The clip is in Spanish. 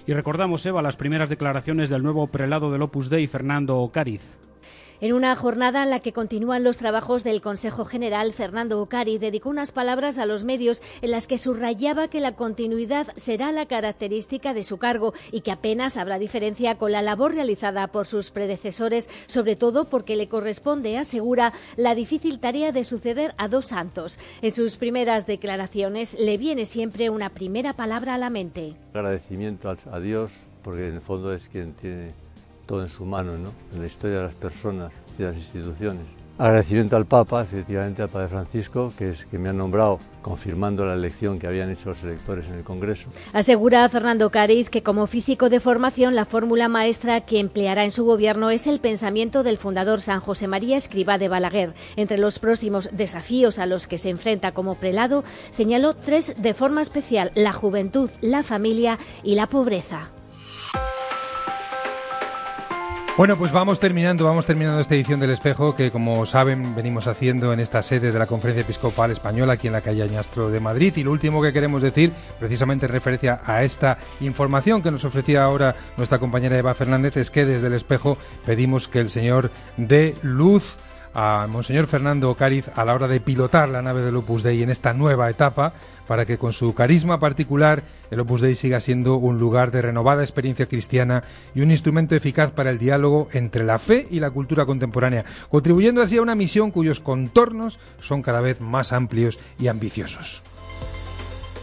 Y recordamos, Eva, las primeras declaraciones del nuevo prelado del Opus Dei, Fernando Ocariz. En una jornada en la que continúan los trabajos del Consejo General, Fernando Ocariz dedicó unas palabras a los medios en las que subrayaba que la continuidad será la característica de su cargo y que apenas habrá diferencia con la labor realizada por sus predecesores, sobre todo porque le corresponde, asegura, la difícil tarea de suceder a dos santos. En sus primeras declaraciones le viene siempre una primera palabra a la mente. Agradecimiento a Dios, porque en el fondo es quien tiene todo en su mano, ¿no?, en la historia de las personas y de las instituciones. Agradecimiento al Papa, efectivamente al Padre Francisco, que me ha nombrado confirmando la elección que habían hecho los electores en el Congreso. Asegura Fernando Ocariz que como físico de formación la fórmula maestra que empleará en su gobierno es el pensamiento del fundador San José María Escrivá de Balaguer. Entre los próximos desafíos a los que se enfrenta como prelado, señaló 3 de forma especial: la juventud, la familia y la pobreza. Bueno, pues vamos terminando esta edición del Espejo que, como saben, venimos haciendo en esta sede de la Conferencia Episcopal Española, aquí en la calle Añastro de Madrid. Y lo último que queremos decir, precisamente en referencia a esta información que nos ofrecía ahora nuestra compañera Eva Fernández, es que desde el Espejo pedimos que el Señor dé luz a Monseñor Fernando Ocariz a la hora de pilotar la nave del Opus Dei en esta nueva etapa, para que con su carisma particular el Opus Dei siga siendo un lugar de renovada experiencia cristiana y un instrumento eficaz para el diálogo entre la fe y la cultura contemporánea, contribuyendo así a una misión cuyos contornos son cada vez más amplios y ambiciosos.